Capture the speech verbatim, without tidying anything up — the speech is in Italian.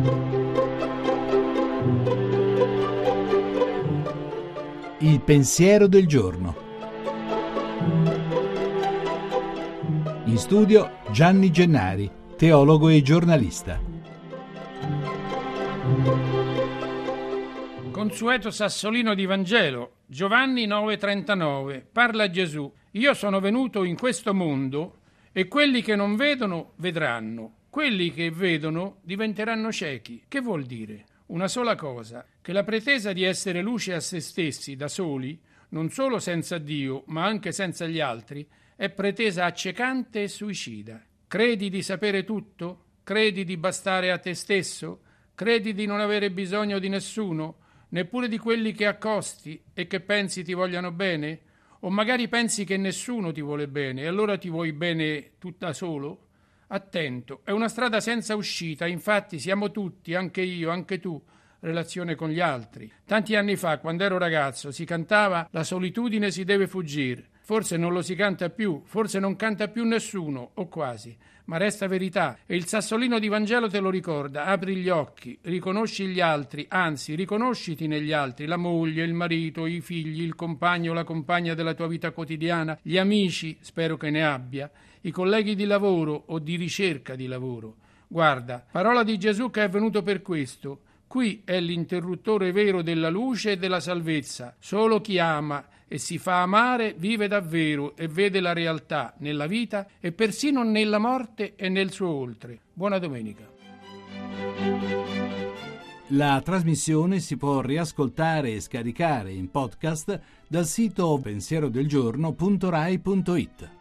Il pensiero del giorno. In studio Gianni Gennari, teologo e giornalista. Consueto sassolino di Vangelo, Giovanni nove trentanove, parla Gesù: io sono venuto in questo mondo e quelli che non vedono vedranno, quelli che vedono diventeranno ciechi. Che vuol dire? Una sola cosa, che la pretesa di essere luce a se stessi da soli, non solo senza Dio, ma anche senza gli altri, è pretesa accecante e suicida. Credi di sapere tutto? Credi di bastare a te stesso? Credi di non avere bisogno di nessuno, neppure di quelli che accosti e che pensi ti vogliano bene? O magari pensi che nessuno ti vuole bene e allora ti vuoi bene tutta solo? Attento, è una strada senza uscita, infatti siamo tutti, anche io, anche tu, relazione con gli altri. Tanti anni fa, quando ero ragazzo, si cantava «La solitudine si deve fuggire». Forse non lo si canta più, forse non canta più nessuno, o quasi, ma resta verità e il sassolino di Vangelo te lo ricorda. Apri gli occhi, riconosci gli altri, anzi riconosciti negli altri, la moglie, il marito, i figli, il compagno o la compagna della tua vita quotidiana, gli amici, spero che ne abbia, i colleghi di lavoro o di ricerca di lavoro. Guarda, parola di Gesù che è venuto per questo. Qui è l'interruttore vero della luce e della salvezza. Solo chi ama e si fa amare vive davvero e vede la realtà nella vita e persino nella morte e nel suo oltre. Buona domenica. La trasmissione si può riascoltare e scaricare in podcast dal sito pensierodelgiorno punto rai punto it.